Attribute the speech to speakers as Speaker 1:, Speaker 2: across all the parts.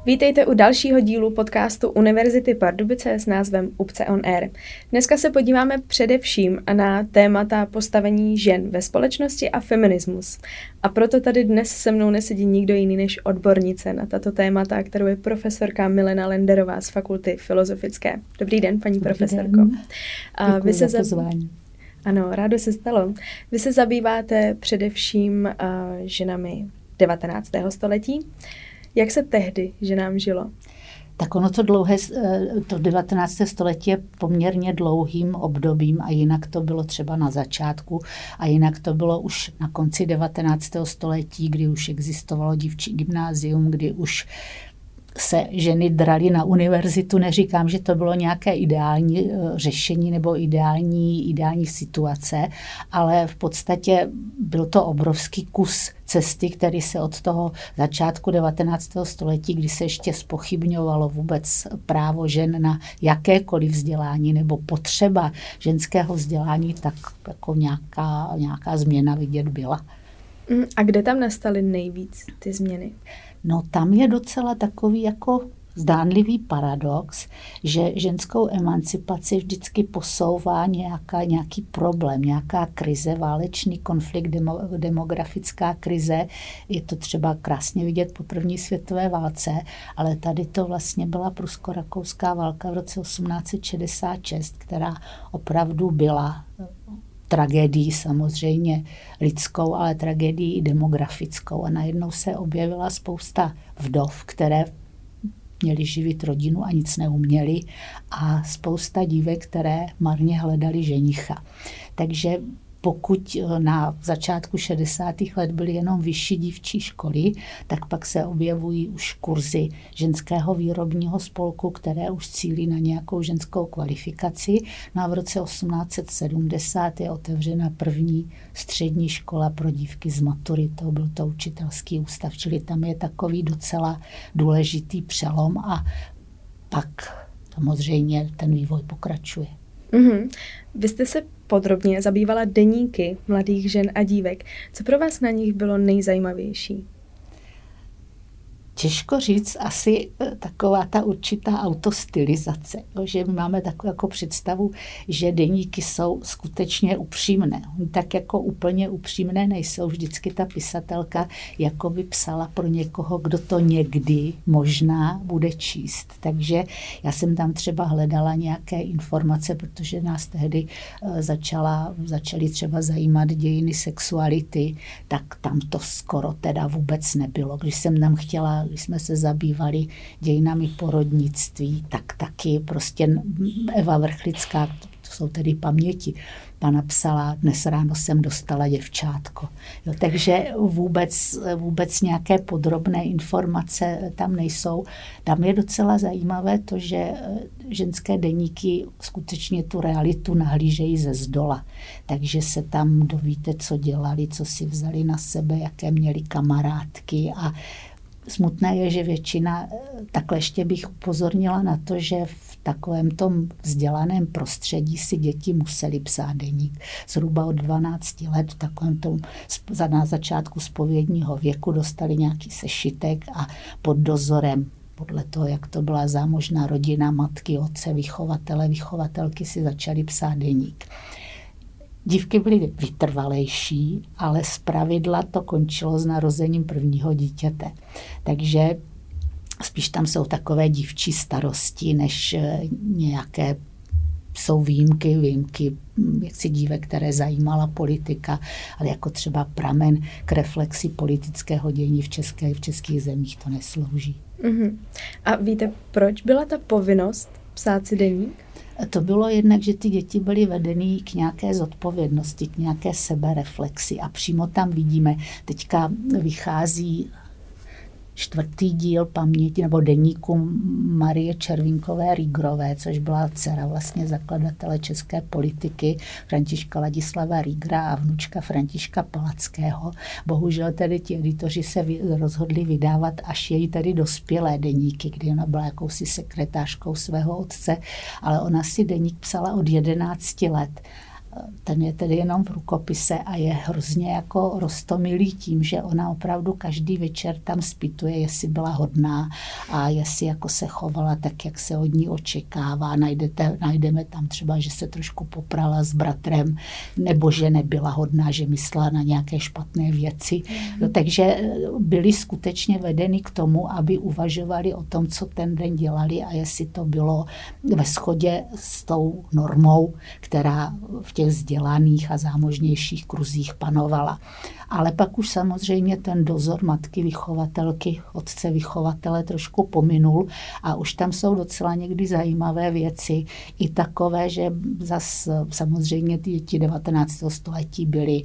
Speaker 1: Vítejte u dalšího dílu podcastu Univerzity Pardubice s názvem Upce on Air. Dneska se podíváme především na témata postavení žen ve společnosti a feminismus. A proto tady dnes se mnou nesedí nikdo jiný než odbornice na tato témata, kterou je profesorka Milena Lenderová z Fakulty filozofické. Dobrý den, paní profesorko.
Speaker 2: Děkuji za pozvání.
Speaker 1: Ano, rádo se stalo. Vy se zabýváte především ženami 19. století. Jak se tehdy ženám žilo?
Speaker 2: Tak ono to 19. století je poměrně dlouhým obdobím a jinak to bylo třeba na začátku a jinak to bylo už na konci 19. století, kdy už existovalo dívčí gymnázium, kdy už se ženy draly na univerzitu. Neříkám, že to bylo nějaké ideální řešení nebo ideální situace, ale v podstatě byl to obrovský kus cesty, který se od toho začátku 19. století, kdy se ještě zpochybňovalo vůbec právo žen na jakékoliv vzdělání nebo potřeba ženského vzdělání, tak jako nějaká změna vidět byla.
Speaker 1: A kde tam nastaly nejvíc ty změny?
Speaker 2: No tam je docela takový jako zdánlivý paradox, že ženskou emancipaci vždycky posouvá nějaký problém, nějaká krize, válečný konflikt, demografická krize. Je to třeba krásně vidět po první světové válce, ale tady to vlastně byla prusko-rakouská válka v roce 1866, která opravdu byla tragédii samozřejmě lidskou, ale tragédii i demografickou. A najednou se objevila spousta vdov, které měly živit rodinu a nic neuměly, a spousta dívek, které marně hledali ženicha. Takže pokud na začátku 60. let byly jenom vyšší dívčí školy, tak pak se objevují už kurzy ženského výrobního spolku, které už cílí na nějakou ženskou kvalifikaci. No a v roce 1870 je otevřena první střední škola pro dívky s maturitou. Byl to učitelský ústav, čili tam je takový docela důležitý přelom a pak samozřejmě ten vývoj pokračuje.
Speaker 1: Mm-hmm. Vy jste se podrobně zabývala deníky mladých žen a dívek. Co pro vás na nich bylo nejzajímavější?
Speaker 2: Těžko říct, asi taková ta určitá autostylizace, že máme takovou jako představu, že deníky jsou skutečně upřímné. Tak jako úplně upřímné nejsou. Vždycky ta pisatelka jako by psala pro někoho, kdo to někdy možná bude číst. Takže já jsem tam třeba hledala nějaké informace, protože nás tehdy začaly třeba zajímat dějiny sexuality, tak tam to skoro teda vůbec nebylo. Když jsme se zabývali dějinami porodnictví, tak taky prostě Eva Vrchlická, to jsou tedy paměti, ta napsala, dnes ráno jsem dostala děvčátko. Jo, takže vůbec nějaké podrobné informace tam nejsou. Tam je docela zajímavé to, že ženské deníky skutečně tu realitu nahlížejí ze zdola. Takže se tam dovíte, co dělali, co si vzali na sebe, jaké měli kamarádky. A smutné je, že většina, takhle ještě bych upozornila na to, že v takovém tom vzdělaném prostředí si děti museli psát deník. Zhruba od 12 let v takovém tom na začátku zpovědního věku dostali nějaký sešitek a pod dozorem, podle toho, jak to byla zámožná rodina, matky, otce, vychovatelky si začaly psát deník. Dívky byly vytrvalejší, ale zpravidla to končilo s narozením prvního dítěte. Takže spíš tam jsou takové dívčí starosti, než nějaké jsou výjimky jaksi dívek, které zajímala politika, ale jako třeba pramen k reflexi politického dění v českých zemích to neslouží.
Speaker 1: Mm-hmm. A víte, proč byla ta povinnost psát si deník?
Speaker 2: To bylo jednak, že ty děti byly vedeny k nějaké zodpovědnosti, k nějaké sebereflexi a přímo tam vidíme, teďka vychází 4. díl paměti nebo deníku Marie Červínkové-Riegerové, což byla dcera vlastně zakladatele české politiky Františka Ladislava Riegera a vnučka Františka Palackého. Bohužel tedy ti editoři se rozhodli vydávat až její tedy dospělé deníky, kdy ona byla jakousi sekretářkou svého otce, ale ona si deník psala od 11 let. ten je tedy jenom v rukopise a je hrozně jako roztomilý tím, že ona opravdu každý večer tam zpytuje, jestli byla hodná a jestli jako se chovala tak, jak se od ní očekává. Najdeme tam třeba, že se trošku poprala s bratrem, nebo že nebyla hodná, že myslela na nějaké špatné věci. No, takže byli skutečně vedeni k tomu, aby uvažovali o tom, co ten den dělali a jestli to bylo ve shodě s tou normou, která v těch vzdělaných a zámožnějších kruzích panovala. Ale pak už samozřejmě ten dozor matky vychovatelky, otce vychovatele trošku pominul a už tam jsou docela někdy zajímavé věci. I takové, že zas samozřejmě ty děti 19. století byly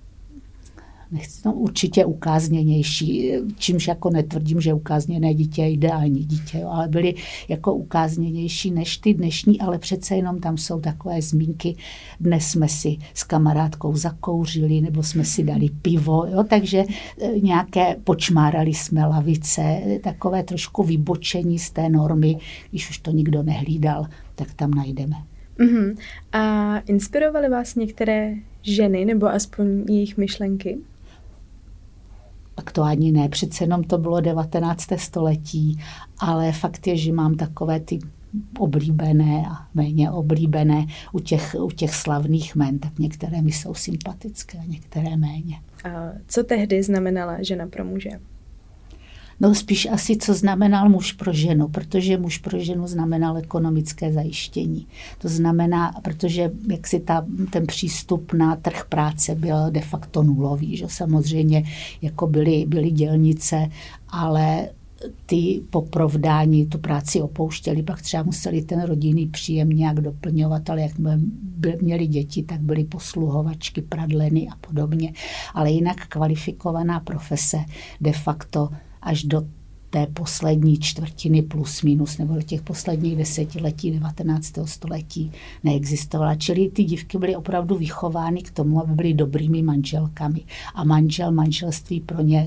Speaker 2: určitě ukázněnější, čímž jako netvrdím, že ukázněné dítě je ideální dítě, ale byly jako ukázněnější než ty dnešní, ale přece jenom tam jsou takové zmínky. Dnes jsme si s kamarádkou zakouřili, nebo jsme si dali pivo, jo, takže nějaké počmárali jsme lavice, takové trošku vybočení z té normy, když už to nikdo nehlídal, tak tam najdeme.
Speaker 1: Uh-huh. A inspirovaly vás některé ženy, nebo aspoň jejich myšlenky?
Speaker 2: Tak to ani ne, přece jenom to bylo 19. století, ale fakt je, že mám takové ty oblíbené a méně oblíbené u těch slavných jmen, tak některé mi jsou sympatické, některé méně.
Speaker 1: A co tehdy znamenala žena pro muže?
Speaker 2: No spíš asi, co znamenal muž pro ženu, protože muž pro ženu znamenal ekonomické zajištění. To znamená, protože jak si ten přístup na trh práce byl de facto nulový, že samozřejmě jako byly dělnice, ale ty po provdání tu práci opouštěli, pak třeba museli ten rodinný příjem nějak doplňovat, ale jak měli děti, tak byly posluhovačky, pradleny a podobně. Ale jinak kvalifikovaná profese de facto až do té poslední čtvrtiny plus minus, nebo těch posledních desetiletí 19. století neexistovala. Čili ty dívky byly opravdu vychovány k tomu, aby byly dobrými manželkami. A manželství pro ně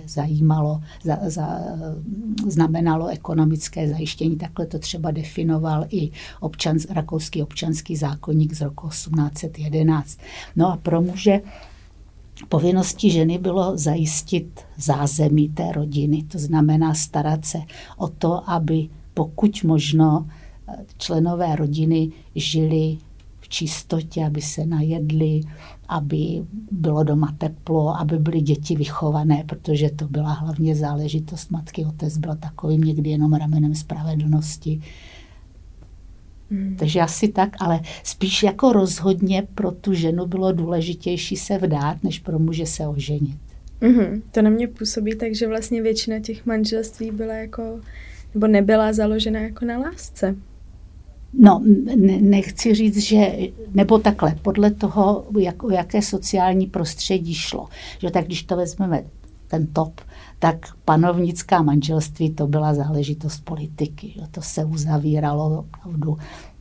Speaker 2: znamenalo ekonomické zajištění. Takhle to třeba definoval i rakouský občanský zákoník z roku 1811. No a pro muže povinností ženy bylo zajistit zázemí té rodiny, to znamená starat se o to, aby pokud možno členové rodiny žili v čistotě, aby se najedli, aby bylo doma teplo, aby byly děti vychované, protože to byla hlavně záležitost matky. Otec byl takovým někdy jenom ramenem spravedlnosti. Takže asi tak, ale spíš jako rozhodně pro tu ženu bylo důležitější se vdát, než pro muže se oženit.
Speaker 1: To na mě působí tak, že vlastně většina těch manželství byla jako, nebo nebyla založena jako na lásce.
Speaker 2: No, nechci říct, že, nebo takhle, podle toho, o jaké sociální prostředí šlo. Že tak když to vezmeme ten top, tak panovnická manželství to byla záležitost politiky. Že? To se uzavíralo opravdu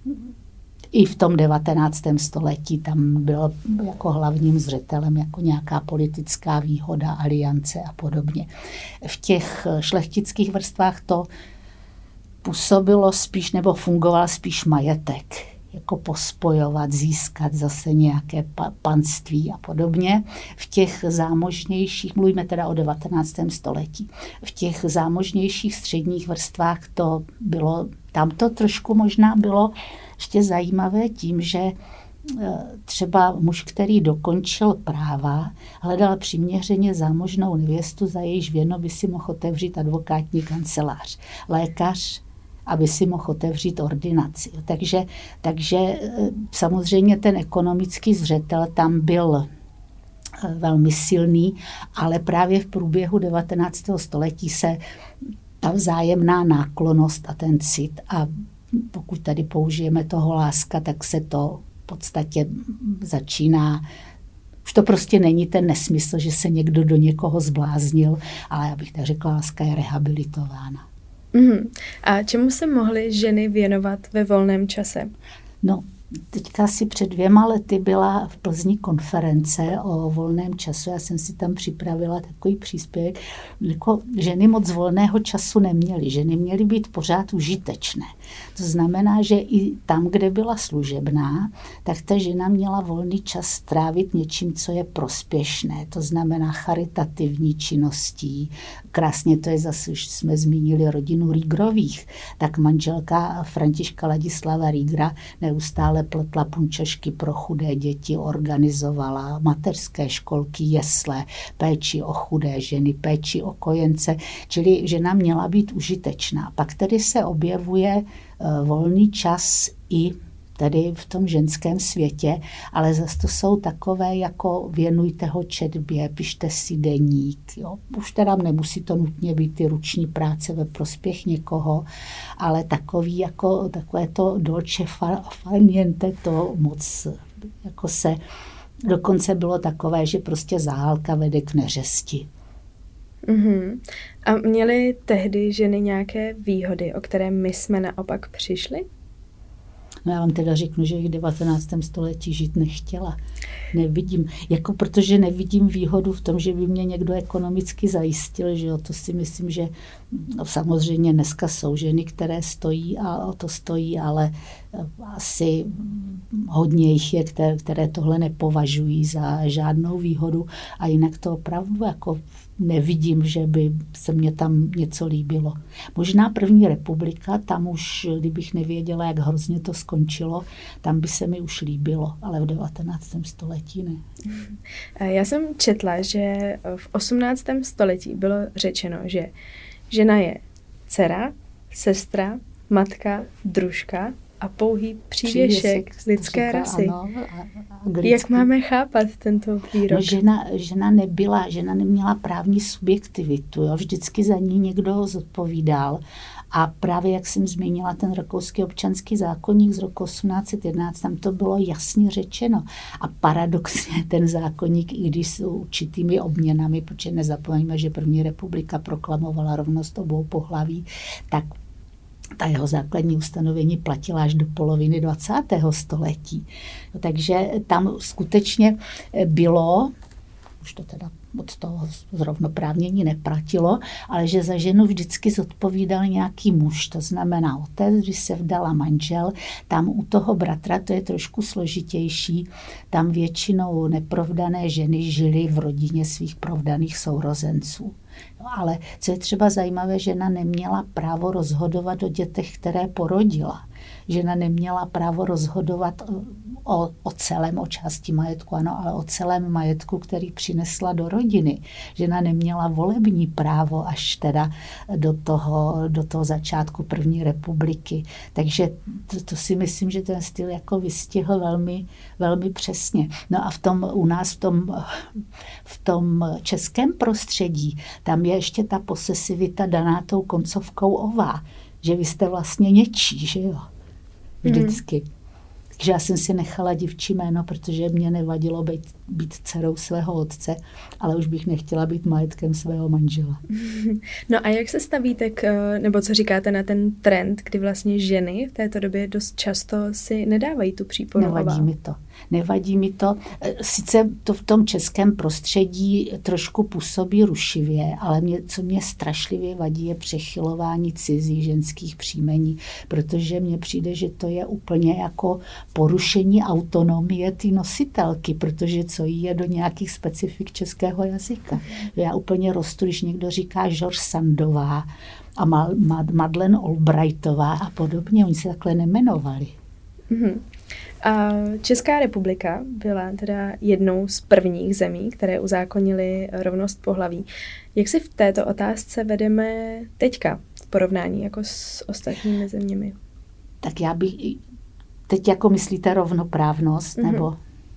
Speaker 2: i v tom 19. století, tam bylo jako hlavním zřetelem jako nějaká politická výhoda, aliance a podobně. V těch šlechtických vrstvách to působilo spíš, nebo fungoval spíš majetek, jako pospojovat, získat zase nějaké panství a podobně. V těch zámožnějších, mluvíme teda o 19. století, v těch zámožnějších středních vrstvách to bylo, tam to trošku možná bylo ještě zajímavé tím, že třeba muž, který dokončil práva, hledal přiměřeně zámožnou nevěstu, za jejíž věno by si mohl otevřít advokátní kancelář. Lékař, aby si mohl otevřít ordinaci. Takže samozřejmě ten ekonomický zřetel tam byl velmi silný, ale právě v průběhu 19. století se ta vzájemná náklonnost a ten cit, a pokud tady použijeme toho láska, tak se to v podstatě začíná. Už to prostě není ten nesmysl, že se někdo do někoho zbláznil, ale já bych tak řekla, láska je rehabilitována.
Speaker 1: A čemu se mohly ženy věnovat ve volném čase?
Speaker 2: No, Teďka asi před 2 lety byla v Plzni konference o volném času. Já jsem si tam připravila takový příspěvek. Jako ženy moc volného času neměly. Ženy měly být pořád užitečné. To znamená, že i tam, kde byla služebná, tak ta žena měla volný čas strávit něčím, co je prospěšné. To znamená charitativní činností. Krásně to je zase, už jsme zmínili rodinu Rýgrových. Tak manželka Františka Ladislava Rýgra neustále pletla punčošky pro chudé děti, organizovala mateřské školky, jesle, péči o chudé ženy, péči o kojence, čili žena měla být užitečná. Pak tedy se objevuje volný čas i tady v tom ženském světě, ale zase to jsou takové, jako věnujte ho četbě, pište si deník. Jo. Už teda nemusí to nutně být ty ruční práce ve prospěch někoho, ale takový jako takové to dolce far niente, to moc jako se dokonce bylo takové, že prostě zahálka vede k neřesti.
Speaker 1: Mm-hmm. A měly tehdy ženy nějaké výhody, o které my jsme naopak přišli?
Speaker 2: No já vám teda řeknu, že v 19. století žít nechtěla. Nevidím, protože nevidím výhodu v tom, že by mě někdo ekonomicky zajistil, že jo, to si myslím, že samozřejmě dneska jsou ženy, které stojí a o to stojí, ale asi hodně jich je, které tohle nepovažují za žádnou výhodu a jinak to opravdu jako nevidím, že by se mně tam něco líbilo. Možná první republika, tam už, kdybych nevěděla, jak hrozně to skončilo, tam by se mi už líbilo, ale v 19. století ne.
Speaker 1: Já jsem četla, že v 18. století bylo řečeno, že žena je dcera, sestra, matka, družka a pouhý přívěšek lidské rasy. Ano, jak máme chápat tento výrok?
Speaker 2: No, žena neměla právní subjektivitu. Jo? Vždycky za ní někdo zodpovídal. A právě jak jsem zmínila ten rakouský občanský zákoník z roku 1811, tam to bylo jasně řečeno. A paradoxně ten zákoník, i když s určitými obměnami, protože nezapomeňme, že první republika proklamovala rovnost obou pohlaví, tak ta jeho základní ustanovení platila až do poloviny 20. století. No, takže tam skutečně bylo, už to teda od toho zrovnoprávnění neplatilo, ale že za ženu vždycky zodpovídal nějaký muž, to znamená otec, když se vdala manžel, tam u toho bratra to je trošku složitější, tam většinou neprovdané ženy žily v rodině svých provdaných sourozenců. No, ale co je třeba zajímavé, žena neměla právo rozhodovat o dětech, které porodila. Žena neměla právo rozhodovat o celém, o části majetku, ano, ale o celém majetku, který přinesla do rodiny. Žena neměla volební právo až teda do toho začátku první republiky. Takže to si myslím, že ten styl jako vystihl velmi, velmi přesně. No a u nás v tom českém prostředí, tam je ještě ta posesivita daná tou koncovkou ová, že vy jste vlastně něčí, že jo? Vždycky. Takže já jsem si nechala dívčí jméno, protože mě nevadilo být dcerou svého otce, ale už bych nechtěla být majetkem svého manžela.
Speaker 1: No a jak se stavíte nebo co říkáte na ten trend, kdy vlastně ženy v této době dost často si nedávají tu příponu?
Speaker 2: Nevadí mi to. Sice to v tom českém prostředí trošku působí rušivě, ale co mě strašlivě vadí, je přechylování cizích ženských příjmení, protože mně přijde, že to je úplně jako porušení autonomie té nositelky, protože co jí je do nějakých specifik českého jazyka. Já úplně rostu, když někdo říká George Sandová a Madeleine Albrightová a podobně, oni se takhle nemenovali.
Speaker 1: Mm-hmm. A Česká republika byla teda jednou z prvních zemí, které uzákonily rovnost pohlaví. Jak si v této otázce vedeme teďka v porovnání jako s ostatními zeměmi?
Speaker 2: Tak já bych, teď jako myslíte rovnoprávnost, nebo?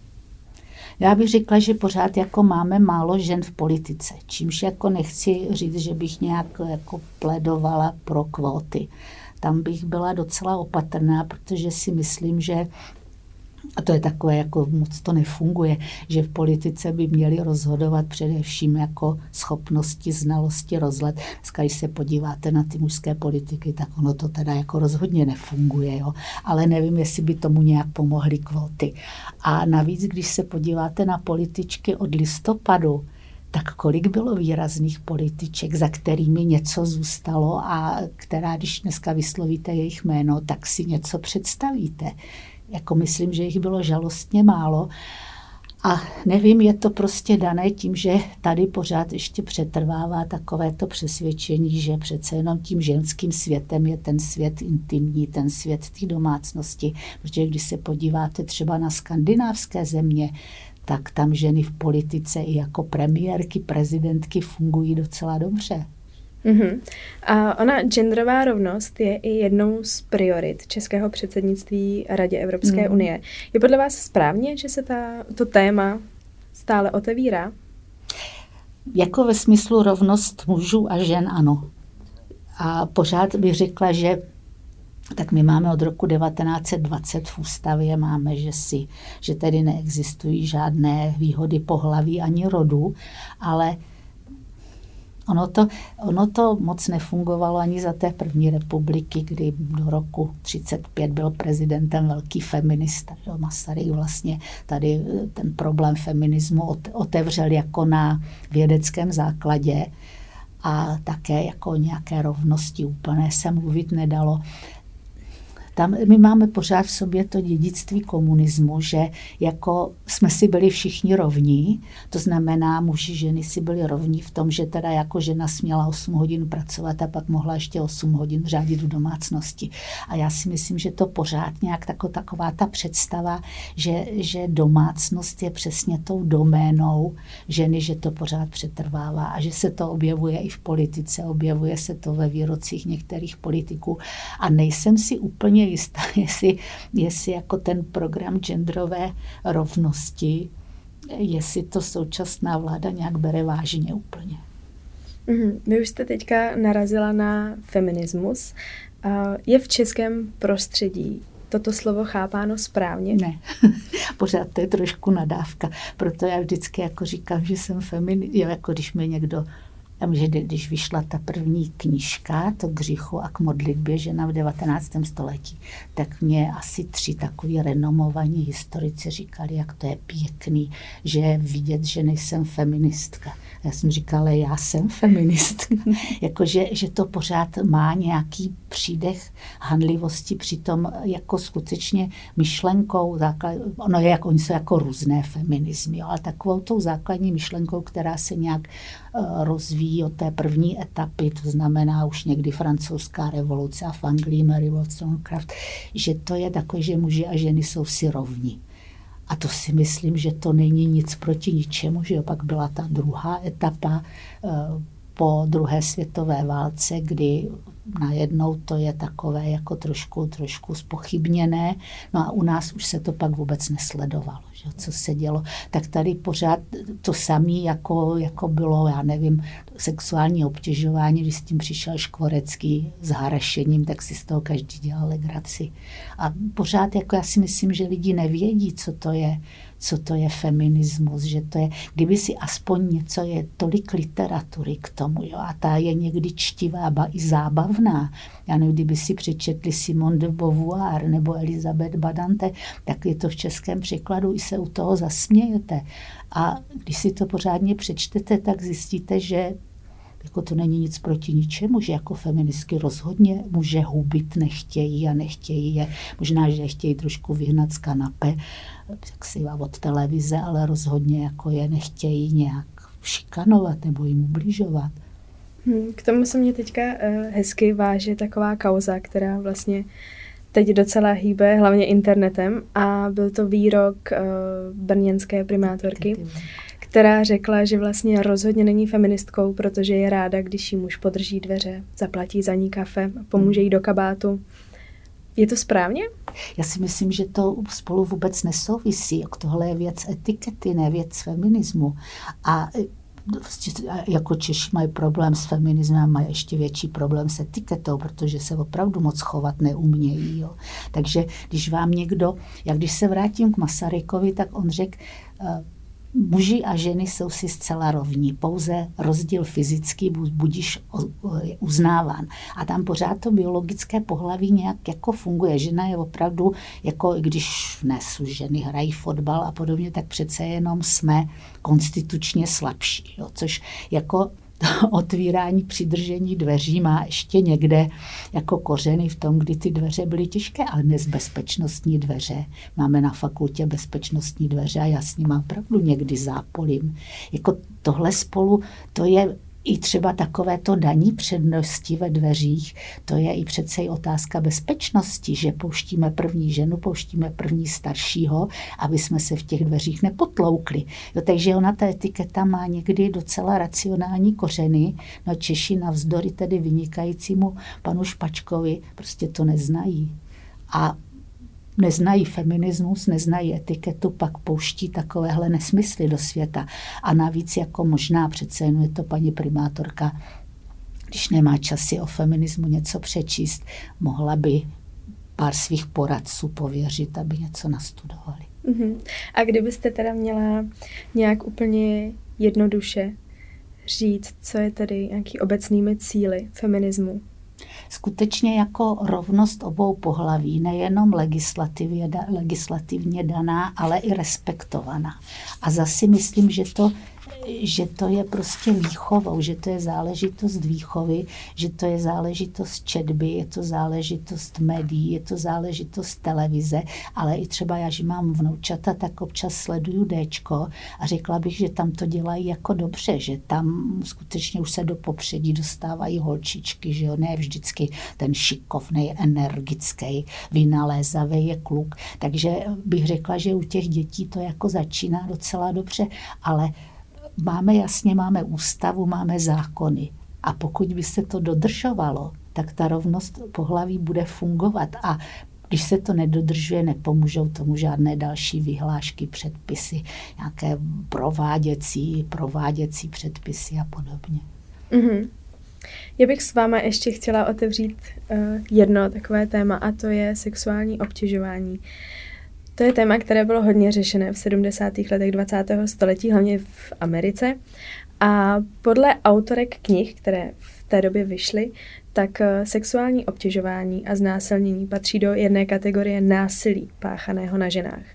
Speaker 2: Já bych řekla, že pořád jako máme málo žen v politice, čímž jako nechci říct, že bych nějak jako pledovala pro kvóty. Tam bych byla docela opatrná, protože si myslím, že A to je takové, jako moc to nefunguje, že v politice by měli rozhodovat především jako schopnosti, znalosti, rozhled. Dneska, když se podíváte na ty mužské politiky, tak ono to teda jako rozhodně nefunguje. Jo? Ale nevím, jestli by tomu nějak pomohly kvóty. A navíc, když se podíváte na političky od listopadu, tak kolik bylo výrazných političek, za kterými něco zůstalo a která, když dneska vyslovíte jejich jméno, tak si něco představíte. Jako myslím, že jich bylo žalostně málo. A nevím, je to prostě dané tím, že tady pořád ještě přetrvává takovéto přesvědčení, že přece jenom tím ženským světem je ten svět intimní, ten svět té domácnosti. Protože když se podíváte třeba na skandinávské země, tak tam ženy v politice i jako premiérky, prezidentky fungují docela dobře.
Speaker 1: Mm-hmm. A ona genderová rovnost je i jednou z priorit českého předsednictví Radě Evropské unie. Je podle vás správně, že se to téma stále otevírá?
Speaker 2: Jako ve smyslu rovnost mužů a žen, ano. A pořád bych řekla, že tak my máme od roku 1920 v ústavě, máme, že tedy neexistují žádné výhody pohlaví ani rodu, ale ono to moc nefungovalo ani za té první republiky, kdy do roku 1935 byl prezidentem velký feminista. Masaryk vlastně tady ten problém feminismu otevřel jako na vědeckém základě a také jako o nějaké rovnosti úplné se mluvit nedalo. Tam my máme pořád v sobě to dědictví komunismu, že jako jsme si byli všichni rovní, to znamená muži, ženy si byli rovní v tom, že teda jako žena směla 8 hodin pracovat a pak mohla ještě 8 hodin řádit v domácnosti. A já si myslím, že to pořád nějak taková ta představa, že domácnost je přesně tou doménou ženy, že to pořád přetrvává a že se to objevuje i v politice, objevuje se to ve výrocích některých politiků a nejsem si úplně jistá, jestli jako ten program genderové rovnosti, jestli to současná vláda nějak bere vážně úplně.
Speaker 1: Vy už jste teďka narazila na feminismus. Je v českém prostředí toto slovo chápáno správně?
Speaker 2: Ne, pořád to je trošku nadávka, proto já vždycky jako říkám, že jsem feminista, jako když mi někdo že když vyšla ta první knížka, to K hříchu a k modlitbě, žena v 19. století, tak mě asi 3 takový renomovaní historici říkali, jak to je pěkný, že je vidět, že nejsem feministka. Já jsem říkala, já jsem feministka. že to pořád má nějaký přídech hanlivosti, přitom jako skutečně myšlenkou, ono je oni jsou jako různé feminizmy, ale takovou tou základní myšlenkou, která se nějak rozvíjí od té první etapy, to znamená už někdy francouzská revoluce a v Anglii Mary Wollstonecraft, že to je takové, že muži a ženy jsou si rovní. A to si myslím, že to není nic proti ničemu, že opak byla ta druhá etapa po druhé světové válce, kdy najednou to je takové jako trošku zpochybněné. No a u nás už se to pak vůbec nesledovalo, že, co se dělo. Tak tady pořád to samé, jako bylo, já nevím, sexuální obtěžování, když s tím přišel Škvorecký s harašením, tak si z toho každý dělal legraci. A pořád jako já si myslím, že lidi nevědí, co to je feminismus, že to je, kdyby si aspoň něco, je tolik literatury k tomu, jo, a ta je někdy čtivá, i zábavná. Já nevím, kdyby si přečetli Simone de Beauvoir nebo Elizabeth Badante, tak je to v českém překladu, i se u toho zasmějete. A když si to pořádně přečtete, tak zjistíte, že jako to není nic proti ničemu, že jako feministky rozhodně muže hubit nechtějí a nechtějí je, možná, že chtějí trošku vyhnat z kanapé, tak si od televize, ale rozhodně jako je nechtějí nějak šikanovat nebo jim ubližovat.
Speaker 1: K tomu se mě teďka hezky váže taková kauza, která vlastně teď docela hýbe, hlavně internetem, a byl to výrok brněnské primátorky, která řekla, že vlastně rozhodně není feministkou, protože je ráda, když jí muž podrží dveře, zaplatí za ní kafe, pomůže jí do kabátu. Je to správně?
Speaker 2: Já si myslím, že to spolu vůbec nesouvisí. Tohle je věc etikety, ne věc feminismu. A jako Češi mají problém s feminismem, mají ještě větší problém s etiketou, protože se opravdu moc chovat neumějí. Jo. Takže když vám někdo, jak když se vrátím k Masarykovi, tak on řekl, muži a ženy jsou si zcela rovní, pouze rozdíl fyzický budíš uznáván. A tam pořád to biologické pohlaví nějak jako funguje. Žena je opravdu, jako když dnes ženy hrají fotbal a podobně, tak přece jenom jsme konstitučně slabší. Jo? Což jako otvírání, přidržení dveří má ještě někde jako kořeny v tom, kdy ty dveře byly těžké, ale dnes bezpečnostní dveře. Máme na fakultě bezpečnostní dveře a já s ním mám pravdu někdy zápolím. Jako tohle spolu, to je i třeba takovéto daní přednosti ve dveřích, to je i přece i otázka bezpečnosti, že pouštíme první ženu, pouštíme první staršího, aby jsme se v těch dveřích nepotloukli. Jo, takže ona ta etiketa má někdy docela racionální kořeny, no Češi navzdory tedy vynikajícímu panu Špačkovi prostě to neznají. A neznají feminismus, neznají etiketu, pak pouští takovéhle nesmysly do světa. A navíc jako možná přece jen je to paní primátorka, když nemá časy o feminismu něco přečíst, mohla by pár svých poradců pověřit, aby něco nastudovali.
Speaker 1: A kdybyste teda měla nějak úplně jednoduše říct, co je tedy nějaký obecnými cíli feminismu?
Speaker 2: Skutečně jako rovnost obou pohlaví, nejenom legislativně daná, ale i respektovaná. A zase myslím, že to je prostě výchovou, že to je záležitost výchovy, že to je záležitost četby, je to záležitost médií, je to záležitost televize, ale i třeba já, že mám vnoučata, tak občas sleduju Déčko a řekla bych, že tam to dělají jako dobře, že tam skutečně už se do popředí dostávají holčičky, že jo, ne vždycky ten šikovnej, energický, vynalézavý je kluk. Takže bych řekla, že u těch dětí to jako začíná docela dobře, ale máme ústavu, máme zákony. A pokud by se to dodržovalo, tak ta rovnost pohlaví bude fungovat. A když se to nedodržuje, nepomůžou tomu žádné další vyhlášky, předpisy, nějaké prováděcí předpisy a podobně.
Speaker 1: Mm-hmm. Já bych s váma ještě chtěla otevřít jedno takové téma, a to je sexuální obtěžování. To je téma, které bylo hodně řešené v 70. letech 20. století, hlavně v Americe. A podle autorek knih, které v té době vyšly, tak sexuální obtěžování a znásilnění patří do jedné kategorie násilí páchaného na ženách.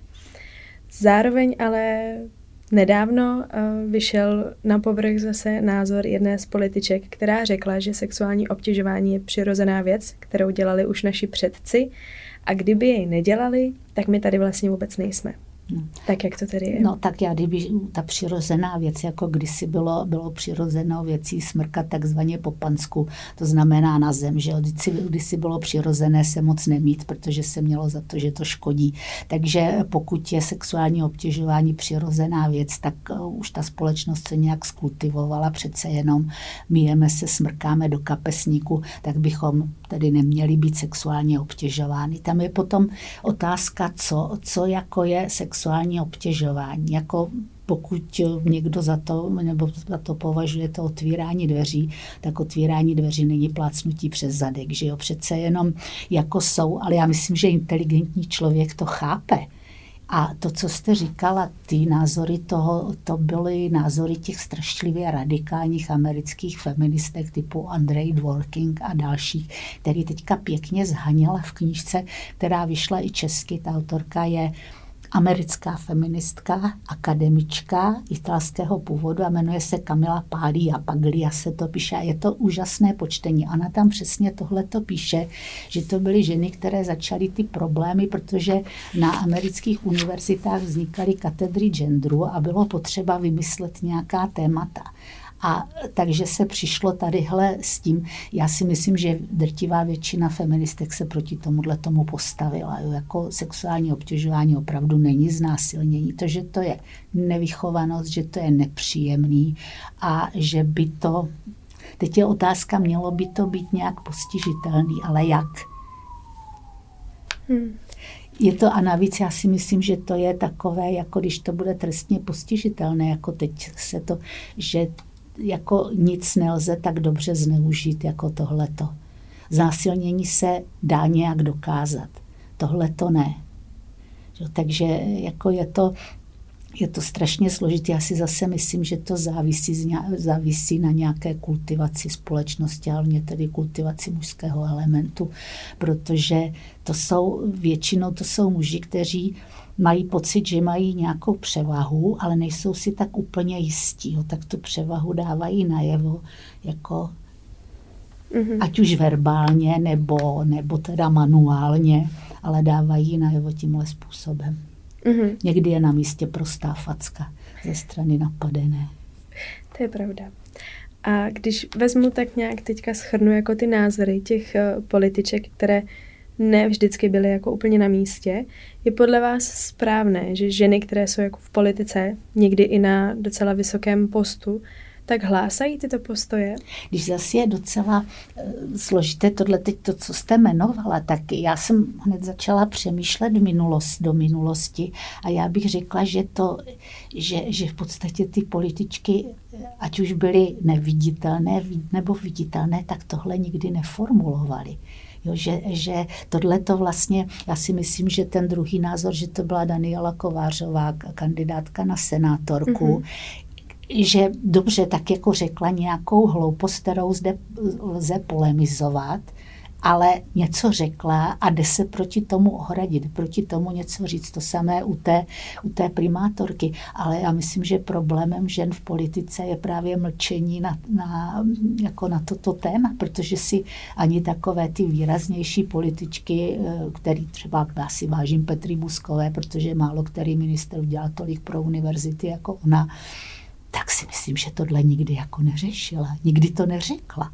Speaker 1: Zároveň ale nedávno vyšel na povrch zase názor jedné z političek, která řekla, že sexuální obtěžování je přirozená věc, kterou dělali už naši předci, a kdyby jej nedělali, tak my tady vlastně vůbec nejsme. Tak jak to tedy je?
Speaker 2: No tak já, kdyby ta přirozená věc, jako kdysi bylo přirozenou věcí smrkat takzvaně po pansku, to znamená na zem, že kdysi bylo přirozené se moc nemít, protože se mělo za to, že to škodí. Takže pokud je sexuální obtěžování přirozená věc, tak už ta společnost se nějak skultivovala, přece jenom myjeme se, smrkáme do kapesníku, tak bychom tedy neměli být sexuálně obtěžováni. Tam je potom otázka, co jako je sexuální obtěžování. Jako pokud někdo za to považuje to otvírání dveří, tak otvírání dveří není plácnutí přes zadek, že jo, přece jenom jako jsou, ale já myslím, že inteligentní člověk to chápe. A to, co jste říkala, ty názory to byly názory těch strašlivě radikálních amerických feministek typu Andrej Dworkin a dalších, který teďka pěkně zhaněla v knížce, která vyšla i česky. Ta autorka je americká feministka, akademička italského původu a jmenuje se Camilla Paglia se to píše a je to úžasné počtení. Ona tam přesně tohleto píše, že to byly ženy, které začaly ty problémy, protože na amerických univerzitách vznikaly katedry genderu a bylo potřeba vymyslet nějaká témata. A takže se přišlo tadyhle s tím, já si myslím, že drtivá většina feministek se proti tomu postavila. Jo. Jako sexuální obtěžování opravdu není znásilnění. To, že to je nevychovanost, že to je nepříjemný a že by to, teď je otázka, mělo by to být nějak postižitelný, ale jak? Je to a navíc já si myslím, že to je takové, jako když to bude trestně postižitelné, jako teď se to, že jako nic nelze tak dobře zneužít jako tohleto. Znásilnění se dá nějak dokázat. Tohleto ne. Takže jako je to strašně složité. Já si zase myslím, že to závisí na nějaké kultivaci společnosti, hlavně tedy kultivaci mužského elementu, protože většinou to jsou muži, kteří mají pocit, že mají nějakou převahu, ale nejsou si tak úplně jistí. Tak tu převahu dávají najevo, jako ať už verbálně, nebo teda manuálně, ale dávají najevo tímhle způsobem. Někdy je na místě prostá facka ze strany napadené.
Speaker 1: To je pravda. A když vezmu tak nějak teďka shrnu jako ty názory těch političek, které ne vždycky byly jako úplně na místě, je podle vás správné, že ženy, které jsou jako v politice, někdy i na docela vysokém postu, tak hlásají tyto postoje?
Speaker 2: Když zase je docela složité tohle teď to, co jste jmenovala, tak já jsem hned začala přemýšlet do minulosti a já bych řekla, že v podstatě ty političky, ať už byly neviditelné nebo viditelné, tak tohle nikdy neformulovaly. Jo, že tohle to vlastně, já si myslím, že ten druhý názor, že to byla Daniela Kovářová, kandidátka na senátorku, že dobře, tak jako řekla nějakou hloupost, kterou zde lze polemizovat, ale něco řekla a jde se proti tomu ohradit, proti tomu něco říct. To samé u té primátorky. Ale já myslím, že problémem žen v politice je právě mlčení na toto téma, protože si ani takové ty výraznější političky, který třeba já si vážím Petry Buzkové, protože málo který ministr udělal tolik pro univerzity jako ona, tak si myslím, že tohle nikdy jako neřešila. Nikdy to neřekla.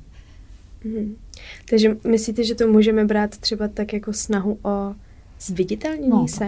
Speaker 1: Takže myslíte, že to můžeme brát třeba tak jako snahu o zviditelnění se?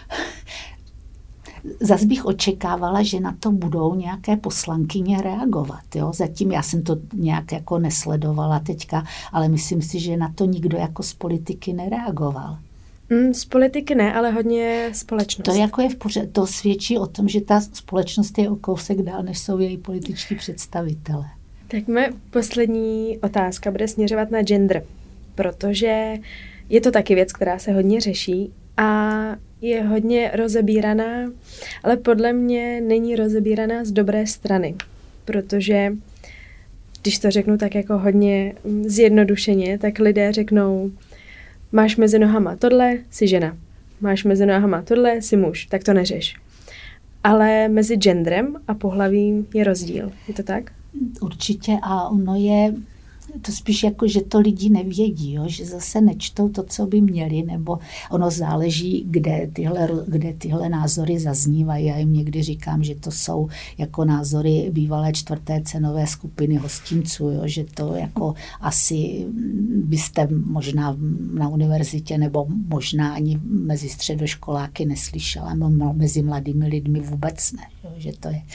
Speaker 2: Zas bych očekávala, že na to budou nějaké poslankyně reagovat. Jo? Zatím já jsem to nějak jako nesledovala teďka, ale myslím si, že na to nikdo jako z politiky nereagoval.
Speaker 1: Z politiky ne, ale hodně společnost.
Speaker 2: To jako je to svědčí o tom, že ta společnost je o kousek dál, než jsou její političtí představitelé.
Speaker 1: Tak moje poslední otázka bude směřovat na gender, protože je to taky věc, která se hodně řeší a je hodně rozebíraná, ale podle mě není rozebíraná z dobré strany, protože když to řeknu tak jako hodně zjednodušeně, tak lidé řeknou, máš mezi nohama tohle, jsi žena. Máš mezi nohama tohle, jsi muž. Tak to neřeš. Ale mezi genderem a pohlavím je rozdíl. Je to tak?
Speaker 2: Určitě a ono je to spíš jako, že to lidi nevědí, jo? Že zase nečtou to, co by měli, nebo ono záleží, kde tyhle názory zaznívají. Já jim někdy říkám, že to jsou jako názory bývalé 4. cenové skupiny hostinců, jo? Že to jako asi byste možná na univerzitě nebo možná ani mezi středoškoláky neslyšela, no mezi mladými lidmi vůbec ne, jo? Že to je...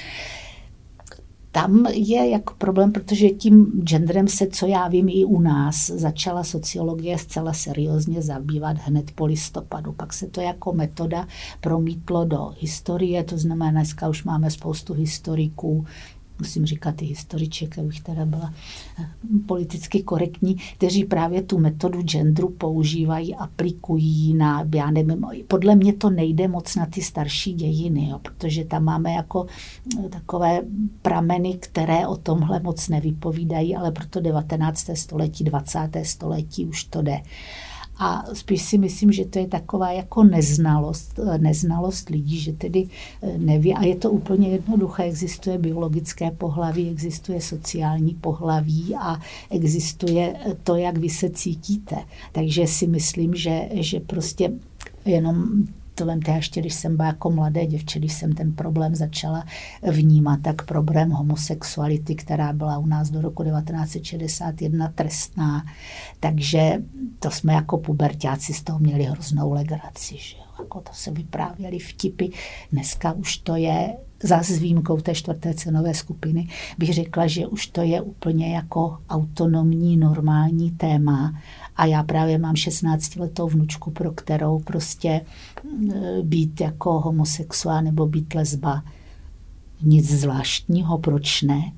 Speaker 2: Tam je jako problém, protože tím genderem se, co já vím, i u nás začala sociologie zcela seriózně zabývat hned po listopadu. Pak se to jako metoda promítlo do historie, to znamená, dneska už máme spoustu historiků, musím říkat i historiček, abych teda byla politicky korektní, kteří právě tu metodu genderu používají, aplikují na, já nevím, podle mě to nejde moc na ty starší dějiny, jo, protože tam máme jako takové prameny, které o tomhle moc nevypovídají, ale pro to 19. století, 20. století už to jde. A spíš si myslím, že to je taková jako neznalost lidí, že tedy neví. A je to úplně jednoduché. Existuje biologické pohlaví, existuje sociální pohlaví a existuje to, jak vy se cítíte. Takže si myslím, že prostě jenom to vemte, ještě když jsem byla jako mladé děvče, když jsem ten problém začala vnímat, tak problém homosexuality, která byla u nás do roku 1961 trestná, takže to jsme jako puberťáci z toho měli hroznou legraci, že jo? Jako to se vyprávěli vtipy. Dneska už to je za s výjimkou té 4. cenové skupiny, bych řekla, že už to je úplně jako autonomní, normální téma. A já právě mám 16letou vnučku, pro kterou prostě být jako homosexuál nebo být lesba nic zvláštního, proč ne?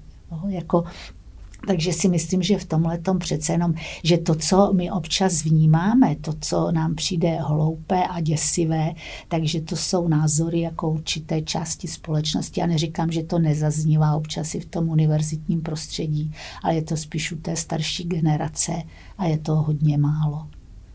Speaker 2: Takže si myslím, že v tomhletom přece jenom, že to, co my občas vnímáme, to, co nám přijde hloupé a děsivé, takže to jsou názory jako určité části společnosti. Já neříkám, že to nezaznívá občas i v tom univerzitním prostředí, ale je to spíš u té starší generace a je to hodně málo.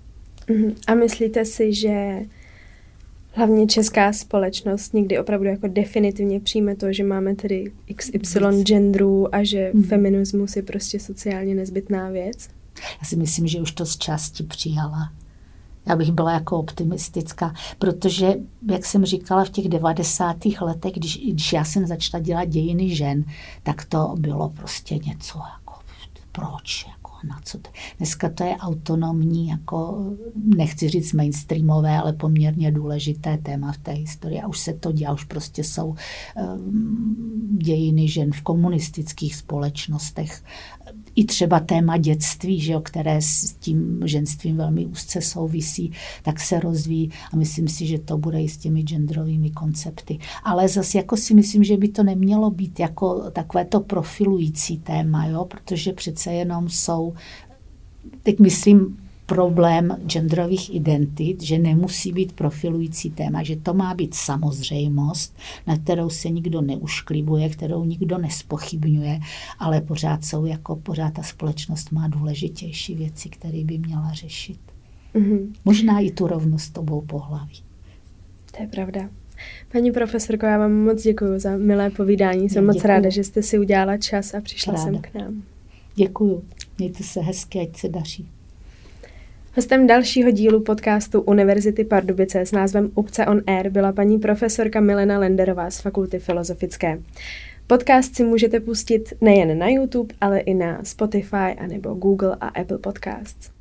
Speaker 1: A myslíte si, že hlavně česká společnost někdy opravdu jako definitivně přijme to, že máme tedy XY genderů a že feminismus je prostě sociálně nezbytná věc?
Speaker 2: Já si myslím, že už to z části přijala. Já bych byla jako optimistická, protože, jak jsem říkala, v těch 90. letech, když já jsem začala dělat dějiny žen, tak to bylo prostě něco jako, proč? Na co to? Dneska to je autonomní, jako nechci říct mainstreamové, ale poměrně důležité téma v té historii. A už se to dělá, už prostě jsou dějiny žen v komunistických společnostech. I třeba téma dětství, že jo, které s tím ženstvím velmi úzce souvisí, tak se rozvíjí a myslím si, že to bude i s těmi genderovými koncepty. Ale zase jako si myslím, že by to nemělo být jako takovéto profilující téma, jo, protože přece jenom jsou, teď myslím, problém genderových identit, že nemusí být profilující téma, že to má být samozřejmost, na kterou se nikdo neušklibuje, kterou nikdo nespochybňuje, ale pořád ta společnost má důležitější věci, které by měla řešit. Možná i tu rovnost obou pohlaví.
Speaker 1: To je pravda. Paní profesorko, já vám moc děkuji za milé povídání. Jsem moc ráda, že jste si udělala čas a přišla sem k nám.
Speaker 2: Děkuju. Mějte se hezky, ať se daří.
Speaker 1: Hostem dalšího dílu podcastu Univerzity Pardubice s názvem Upce on Air byla paní profesorka Milena Lenderová z Fakulty filozofické. Podcast si můžete pustit nejen na YouTube, ale i na Spotify anebo Google a Apple Podcasts.